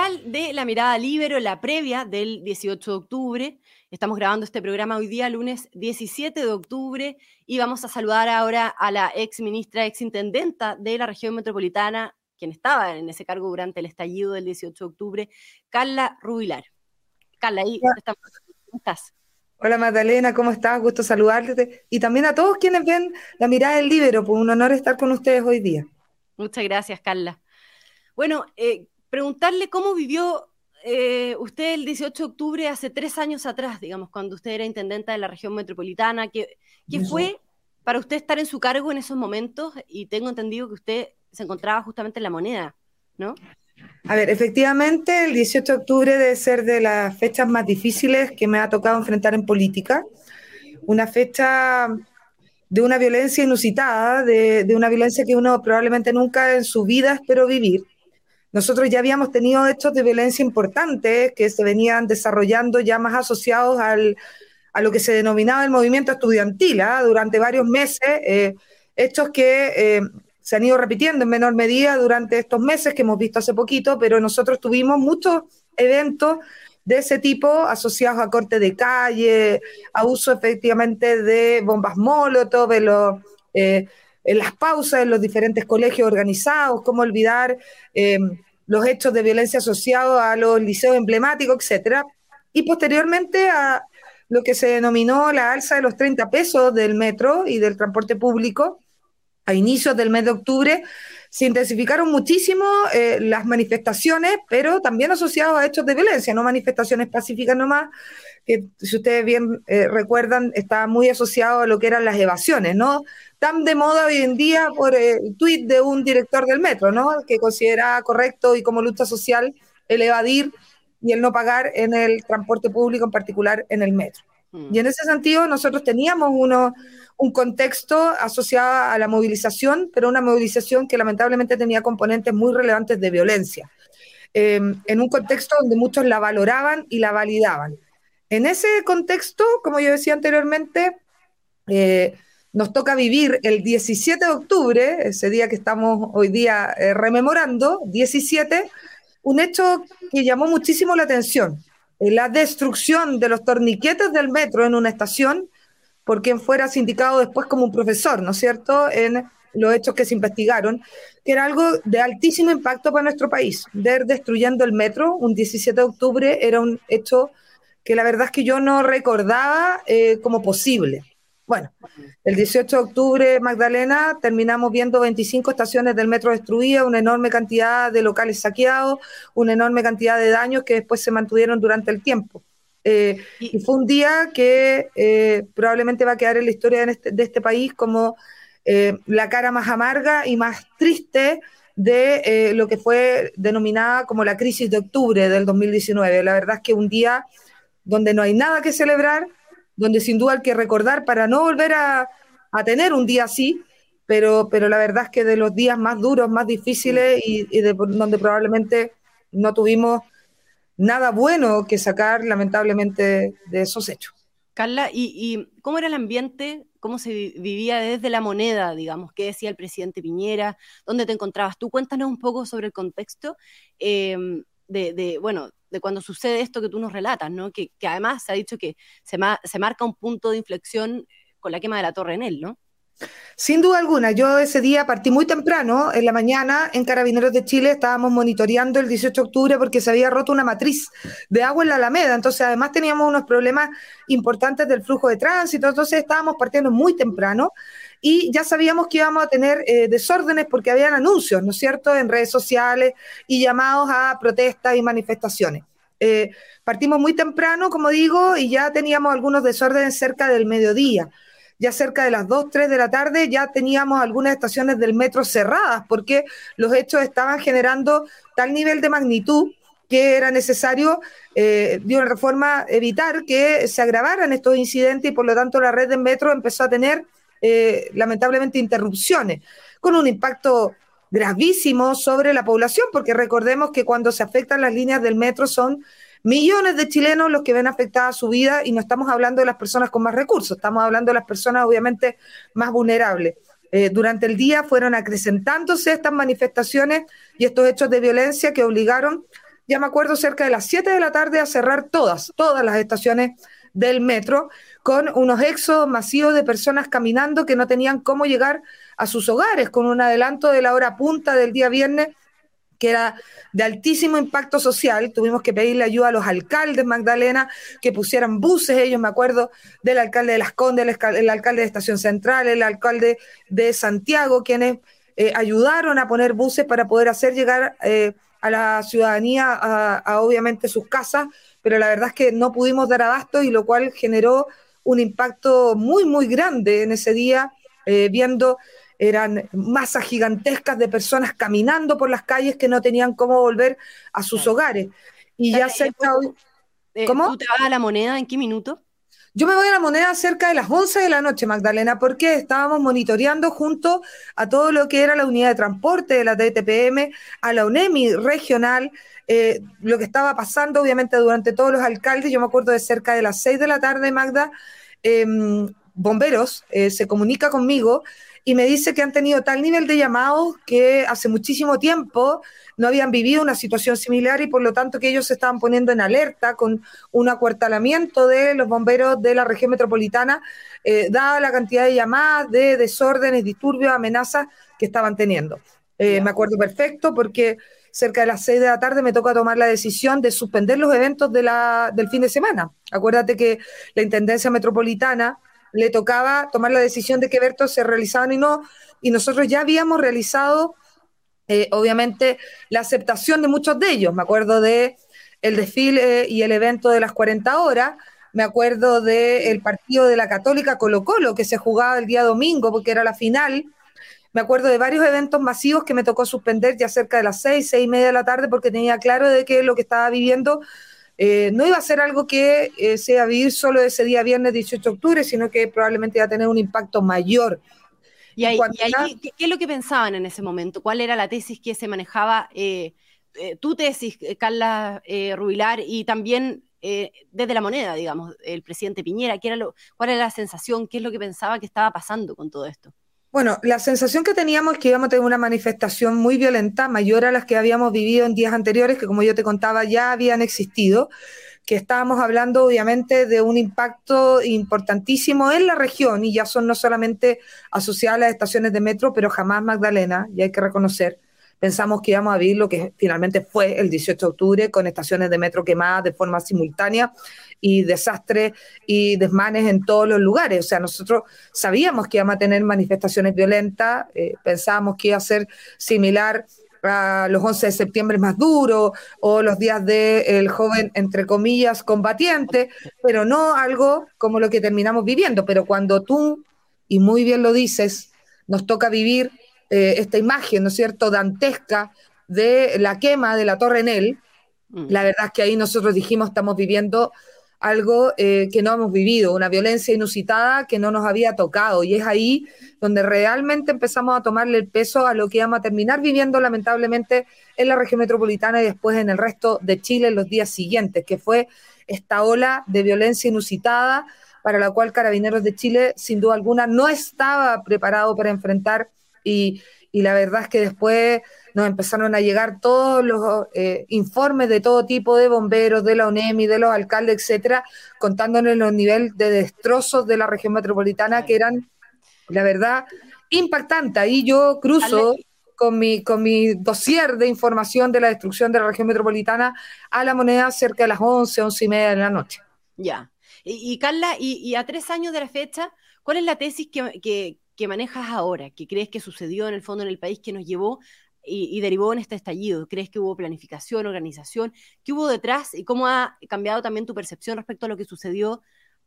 especial de La Mirada Líbero, la previa del 18 de octubre. Estamos grabando este programa hoy día, lunes 17 de octubre, y vamos a saludar ahora a la ex ministra, ex intendenta de la región metropolitana, quien estaba en ese cargo durante el estallido del 18 de octubre, Carla Rubilar. Carla, ahí estamos. ¿Cómo estás? Hola Magdalena, ¿cómo estás? Gusto saludarte. Y también a todos quienes ven La Mirada del Líbero, pues un honor estar con ustedes hoy día. Muchas gracias, Carla. Bueno, preguntarle cómo vivió usted el 18 de octubre hace 3 años atrás, digamos, cuando usted era intendenta de la región metropolitana. ¿Qué fue para usted estar en su cargo en esos momentos? Y tengo entendido que usted se encontraba justamente en La Moneda, ¿no? A ver, efectivamente, el 18 de octubre debe ser de las fechas más difíciles que me ha tocado enfrentar en política. Una fecha de una violencia inusitada, de una violencia que uno probablemente nunca en su vida esperó vivir. Nosotros ya habíamos tenido hechos de violencia importantes que se venían desarrollando ya más asociados a lo que se denominaba el movimiento estudiantil, durante varios meses, hechos que se han ido repitiendo en menor medida durante estos meses que hemos visto hace poquito, pero nosotros tuvimos muchos eventos de ese tipo asociados a corte de calle, a uso efectivamente de bombas Molotov en las pausas en los diferentes colegios organizados, cómo olvidar los hechos de violencia asociados a los liceos emblemáticos, etcétera. Y posteriormente a lo que se denominó la alza de los 30 pesos del metro y del transporte público, a inicios del mes de octubre, se intensificaron muchísimo las manifestaciones, pero también asociados a hechos de violencia, no manifestaciones pacíficas nomás, que si ustedes bien recuerdan, estaba muy asociado a lo que eran las evasiones, ¿no? Tan de moda hoy en día por el tuit de un director del metro, ¿no? Que consideraba correcto y como lucha social el evadir y el no pagar en el transporte público, en particular en el metro. Y en ese sentido nosotros teníamos un contexto asociado a la movilización, pero una movilización que lamentablemente tenía componentes muy relevantes de violencia, en un contexto donde muchos la valoraban y la validaban. En ese contexto, como yo decía anteriormente, nos toca vivir el 17 de octubre, ese día que estamos hoy día rememorando, 17, un hecho que llamó muchísimo la atención, la destrucción de los torniquetes del metro en una estación por quien fuera sindicado después como un profesor, ¿no es cierto?, en los hechos que se investigaron, que era algo de altísimo impacto para nuestro país. Ver destruyendo el metro un 17 de octubre era un hecho que la verdad es que yo no recordaba como posible. Bueno, el 18 de octubre, Magdalena, terminamos viendo 25 estaciones del metro destruidas, una enorme cantidad de locales saqueados, una enorme cantidad de daños que después se mantuvieron durante el tiempo. Y fue un día que probablemente va a quedar en la historia de este país como la cara más amarga y más triste de lo que fue denominada como la crisis de octubre del 2019. La verdad es que un día donde no hay nada que celebrar, donde sin duda hay que recordar para no volver a tener un día así, pero la verdad es que de los días más duros, más difíciles y donde probablemente no tuvimos nada bueno que sacar, lamentablemente, de esos hechos. Carla, ¿y cómo era el ambiente? ¿Cómo se vivía desde La Moneda, digamos? ¿Qué decía el presidente Piñera? ¿Dónde te encontrabas tú? Cuéntanos un poco sobre el contexto de cuando sucede esto que tú nos relatas, ¿no? Que además se ha dicho que se marca un punto de inflexión con la quema de la Torre Enel, ¿no? Sin duda alguna, yo ese día partí muy temprano, en la mañana, en Carabineros de Chile, estábamos monitoreando el 18 de octubre porque se había roto una matriz de agua en la Alameda, entonces además teníamos unos problemas importantes del flujo de tránsito, entonces estábamos partiendo muy temprano y ya sabíamos que íbamos a tener desórdenes porque habían anuncios, ¿no es cierto?, en redes sociales y llamados a protestas y manifestaciones. Partimos muy temprano, como digo, y ya teníamos algunos desórdenes cerca del mediodía. Ya cerca de las 2, 3 de la tarde ya teníamos algunas estaciones del metro cerradas porque los hechos estaban generando tal nivel de magnitud que era necesario de una forma evitar que se agravaran estos incidentes y por lo tanto la red del metro empezó a tener lamentablemente interrupciones con un impacto gravísimo sobre la población, porque recordemos que cuando se afectan las líneas del metro son millones de chilenos los que ven afectada su vida y no estamos hablando de las personas con más recursos, estamos hablando de las personas obviamente más vulnerables. Durante el día fueron acrecentándose estas manifestaciones y estos hechos de violencia que obligaron ya me acuerdo, cerca de las 7 de la tarde a cerrar todas las estaciones del metro, con unos éxodos masivos de personas caminando que no tenían cómo llegar a sus hogares, con un adelanto de la hora punta del día viernes que era de altísimo impacto social. Tuvimos que pedirle ayuda a los alcaldes, Magdalena, que pusieran buses. Ellos, me acuerdo del alcalde de Las Condes, el alcalde de Estación Central, el alcalde de Santiago, quienes ayudaron a poner buses para poder hacer llegar a la ciudadanía obviamente sus casas, pero la verdad es que no pudimos dar abasto, y lo cual generó un impacto muy, muy grande en ese día, viendo eran masas gigantescas de personas caminando por las calles que no tenían cómo volver a sus hogares. Y ya cerca hoy... ¿Cómo? ¿Tú te vas a La Moneda en qué minuto? Yo me voy a La Moneda cerca de las 11 de la noche, Magdalena, porque estábamos monitoreando junto a todo lo que era la unidad de transporte de la DTPM, a la UNEMI regional, lo que estaba pasando, obviamente, durante todos los alcaldes. Yo me acuerdo de cerca de las 6 de la tarde, Magda, Bomberos se comunica conmigo y me dice que han tenido tal nivel de llamados que hace muchísimo tiempo no habían vivido una situación similar, y por lo tanto que ellos se estaban poniendo en alerta con un acuartelamiento de los bomberos de la región metropolitana, dada la cantidad de llamadas de desórdenes, disturbios, amenazas que estaban teniendo. Me acuerdo perfecto porque cerca de las 6 de la tarde me toca tomar la decisión de suspender los eventos del fin de semana. Acuérdate que la Intendencia Metropolitana le tocaba tomar la decisión de qué eventos se realizaban y no, y nosotros ya habíamos realizado, obviamente, la aceptación de muchos de ellos. Me acuerdo de el desfile y el evento de las 40 horas, me acuerdo del partido de la Católica Colo-Colo, que se jugaba el día domingo porque era la final. Me acuerdo de varios eventos masivos que me tocó suspender ya cerca de las 6:30 de la tarde, porque tenía claro de que lo que estaba viviendo no iba a ser algo que se iba a vivir solo ese día viernes 18 de octubre, sino que probablemente iba a tener un impacto mayor. Y ahí, ¿qué es lo que pensaban en ese momento? ¿Cuál era la tesis que se manejaba? Tu tesis, Carla Rubilar, y también desde La Moneda, digamos, el presidente Piñera, ¿cuál era la sensación? ¿Qué es lo que pensaba que estaba pasando con todo esto? Bueno, la sensación que teníamos es que íbamos a tener una manifestación muy violenta, mayor a las que habíamos vivido en días anteriores, que como yo te contaba ya habían existido, que estábamos hablando obviamente de un impacto importantísimo en la región, y ya son no solamente asociadas a las estaciones de metro, pero jamás, Magdalena, y hay que reconocer, pensamos que íbamos a vivir lo que finalmente fue el 18 de octubre, con estaciones de metro quemadas de forma simultánea y desastres y desmanes en todos los lugares. O sea, nosotros sabíamos que íbamos a tener manifestaciones violentas, pensábamos que iba a ser similar a los 11 de septiembre más duros o los días del joven, entre comillas, combatiente, pero no algo como lo que terminamos viviendo. Pero cuando tú, y muy bien lo dices, nos toca vivir esta imagen, ¿no es cierto?, dantesca de la quema de la Torre Enel, la verdad es que ahí nosotros dijimos, estamos viviendo algo que no hemos vivido, una violencia inusitada que no nos había tocado, y es ahí donde realmente empezamos a tomarle el peso a lo que íbamos a terminar viviendo lamentablemente en la región metropolitana y después en el resto de Chile en los días siguientes, que fue esta ola de violencia inusitada para la cual Carabineros de Chile sin duda alguna no estaba preparado para enfrentar, y la verdad es que después nos empezaron a llegar todos los informes de todo tipo de bomberos, de la UNEMI, de los alcaldes, etcétera, contándonos los niveles de destrozos de la región metropolitana que eran, la verdad, impactantes. Ahí yo cruzo con mi dossier de información de la destrucción de la región metropolitana a La Moneda cerca de las 11:30 de la noche. Ya. Y Carla, y a 3 años de la fecha, ¿cuál es la tesis que manejas ahora, que crees que sucedió en el fondo en el país, que nos llevó y derivó en este estallido? ¿Crees que hubo planificación, organización? ¿Qué hubo detrás y cómo ha cambiado también tu percepción respecto a lo que sucedió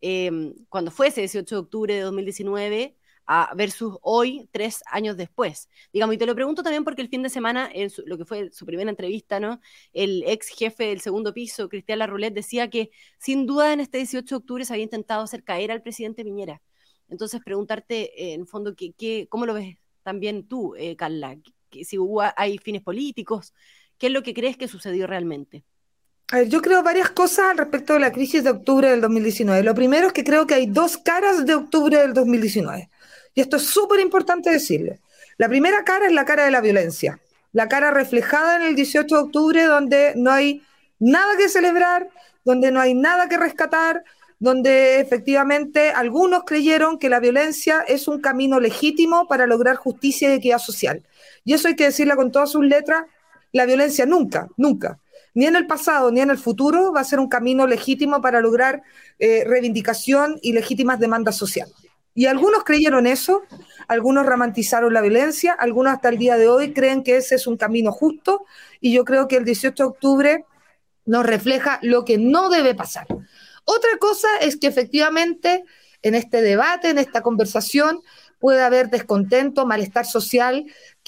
cuando fue ese 18 de octubre de 2019 versus hoy, 3 años después? Digamos, y te lo pregunto también porque el fin de semana, en lo que fue su primera entrevista, ¿no?, el ex jefe del segundo piso, Cristian Larroulet, decía que sin duda en este 18 de octubre se había intentado hacer caer al presidente Piñera. Entonces, preguntarte, en fondo, ¿cómo lo ves también tú, Carla? Si hay fines políticos, ¿qué es lo que crees que sucedió realmente? A ver, yo creo varias cosas al respecto de la crisis de octubre del 2019. Lo primero es que creo que hay dos caras de octubre del 2019. Y esto es súper importante decirle. La primera cara es la cara de la violencia. la cara reflejada en el 18 de octubre, donde no hay nada que celebrar, donde no hay nada que rescatar, donde efectivamente algunos creyeron que la violencia es un camino legítimo para lograr justicia y equidad social. Y eso hay que decirlo con todas sus letras, la violencia nunca, nunca, ni en el pasado ni en el futuro va a ser un camino legítimo para lograr reivindicación y legítimas demandas sociales. Y algunos creyeron eso, algunos romantizaron la violencia, algunos hasta el día de hoy creen que ese es un camino justo, y yo creo que el 18 de octubre nos refleja lo que no debe pasar. Otra cosa es que efectivamente en este debate, en esta conversación, puede haber descontento, malestar social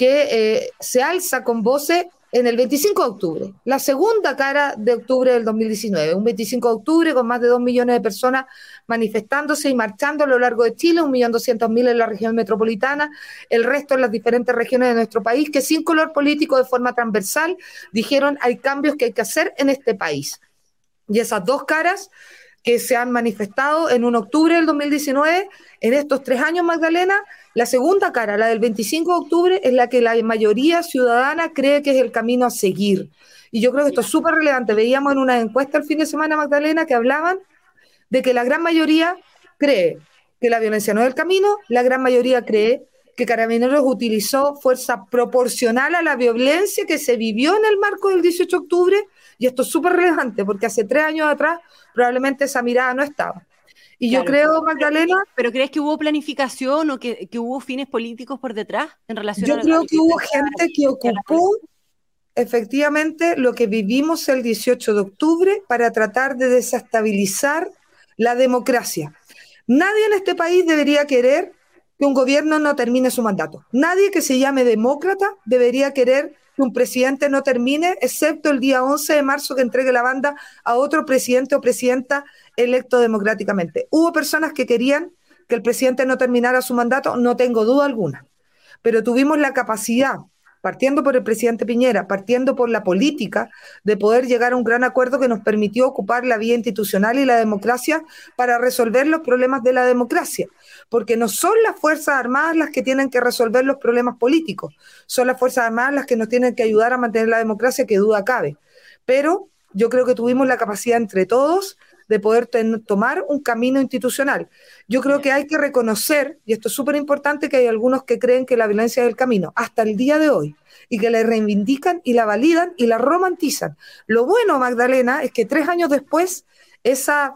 que se alza con voces en el 25 de octubre, la segunda cara de octubre del 2019, un 25 de octubre con más de 2 millones de personas manifestándose y marchando a lo largo de Chile, 1.200.000 en la región metropolitana, el resto en las diferentes regiones de nuestro país, que sin color político, de forma transversal, dijeron hay cambios que hay que hacer en este país. Y esas dos caras que se han manifestado en un octubre del 2019, en estos 3 años, Magdalena, la segunda cara, la del 25 de octubre, es la que la mayoría ciudadana cree que es el camino a seguir. Y yo creo que esto es súper relevante. Veíamos en una encuesta el fin de semana, Magdalena, que hablaban de que la gran mayoría cree que la violencia no es el camino, la gran mayoría cree que Carabineros utilizó fuerza proporcional a la violencia que se vivió en el marco del 18 de octubre, y esto es súper relevante porque hace 3 años atrás probablemente esa mirada no estaba. Y claro, yo creo, Magdalena... ¿Pero crees que hubo planificación o que hubo fines políticos por detrás en relación yo creo que hubo gente que ocupó efectivamente lo que vivimos el 18 de octubre para tratar de desestabilizar la democracia. Nadie en este país debería querer que un gobierno no termine su mandato. Nadie que se llame demócrata debería querer que un presidente no termine, excepto el día 11 de marzo que entregue la banda a otro presidente o presidenta electo democráticamente. Hubo personas que querían que el presidente no terminara su mandato, no tengo duda alguna, pero tuvimos la capacidad, partiendo por el presidente Piñera, partiendo por la política, de poder llegar a un gran acuerdo que nos permitió ocupar la vía institucional y la democracia para resolver los problemas de la democracia, porque no son las Fuerzas Armadas las que tienen que resolver los problemas políticos, son las Fuerzas Armadas las que nos tienen que ayudar a mantener la democracia, que duda cabe. Pero yo creo que tuvimos la capacidad entre todos de poder tomar un camino institucional. Yo creo que hay que reconocer, y esto es súper importante, que hay algunos que creen que la violencia es el camino, hasta el día de hoy, y que la reivindican y la validan y la romantizan. Lo bueno, Magdalena, es que 3 años después, esa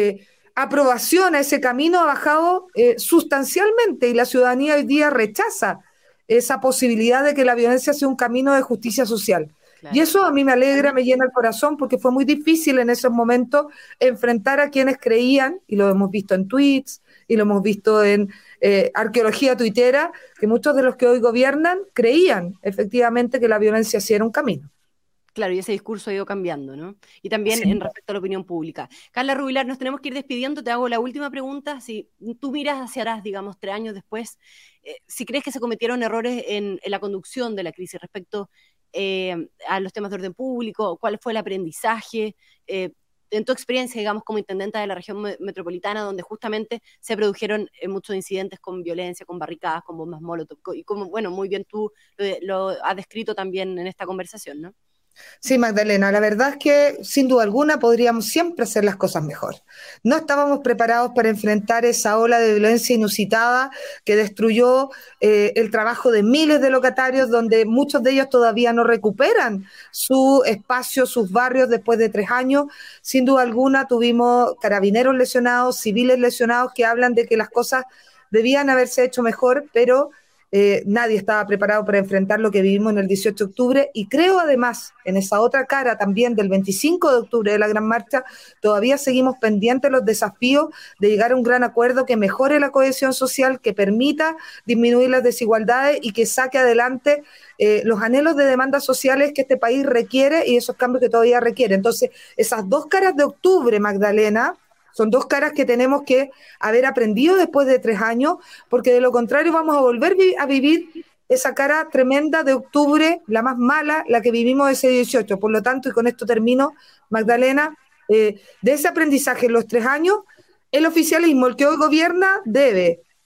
aprobación a ese camino ha bajado sustancialmente, y la ciudadanía hoy día rechaza esa posibilidad de que la violencia sea un camino de justicia social. Claro. Y eso a mí me alegra, me llena el corazón, porque fue muy difícil en esos momentos enfrentar a quienes creían, y lo hemos visto en tweets, y lo hemos visto en arqueología tuitera, que muchos de los que hoy gobiernan creían efectivamente que la violencia sí era un camino. Claro, y ese discurso ha ido cambiando, ¿no? Y también sí, en respecto a la opinión pública. Carla Rubilar, nos tenemos que ir despidiendo. Te hago la última pregunta. Si tú miras hacia atrás, digamos, 3 años después, si crees que se cometieron errores en la conducción de la crisis respecto a los temas de orden público, ¿cuál fue el aprendizaje? En tu experiencia, digamos, como intendenta de la región metropolitana, donde justamente se produjeron muchos incidentes con violencia, con barricadas, con bombas molotov, y como, bueno, muy bien tú lo has descrito también en esta conversación, ¿no? Sí, Magdalena, la verdad es que sin duda alguna podríamos siempre hacer las cosas mejor. No estábamos preparados para enfrentar esa ola de violencia inusitada que destruyó el trabajo de miles de locatarios, donde muchos de ellos todavía no recuperan su espacio, sus barrios después de 3 años. Sin duda alguna tuvimos carabineros lesionados, civiles lesionados, que hablan de que las cosas debían haberse hecho mejor, pero nadie estaba preparado para enfrentar lo que vivimos en el 18 de octubre, y creo además en esa otra cara también del 25 de octubre de la Gran Marcha todavía seguimos pendientes los desafíos de llegar a un gran acuerdo que mejore la cohesión social, que permita disminuir las desigualdades y que saque adelante los anhelos de demandas sociales que este país requiere y esos cambios que todavía requiere. Entonces, esas 2 caras de octubre, Magdalena, son 2 caras que tenemos que haber aprendido después de 3 años, porque de lo contrario vamos a volver a vivir esa cara tremenda de octubre, la más mala, la que vivimos ese 18. Por lo tanto, y con esto termino, Magdalena, de ese aprendizaje en los 3 años, el oficialismo, el que hoy gobierna, debe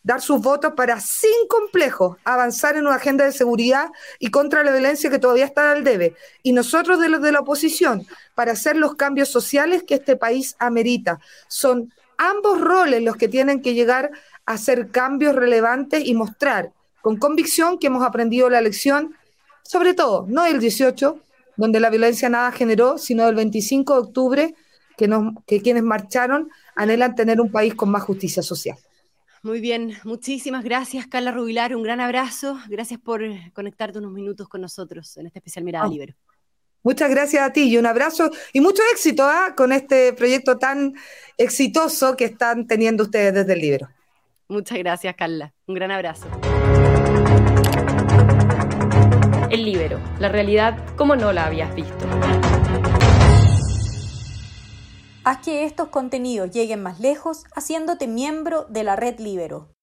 dar sus votos para, sin complejos, avanzar en una agenda de seguridad y contra la violencia que todavía está al debe. Y nosotros, de los de la oposición, para hacer los cambios sociales que este país amerita. Son ambos roles los que tienen que llegar a hacer cambios relevantes y mostrar con convicción que hemos aprendido la lección, sobre todo, no del 18, donde la violencia nada generó, sino del 25 de octubre, que quienes marcharon anhelan tener un país con más justicia social. Muy bien, muchísimas gracias, Carla Rubilar, un gran abrazo. Gracias por conectarte unos minutos con nosotros en este especial Mirada Libero. Muchas gracias a ti y un abrazo y mucho éxito con este proyecto tan exitoso que están teniendo ustedes desde el Libero. Muchas gracias, Carla. Un gran abrazo. El Libero, la realidad como no la habías visto. Haz que estos contenidos lleguen más lejos haciéndote miembro de la Red Libero.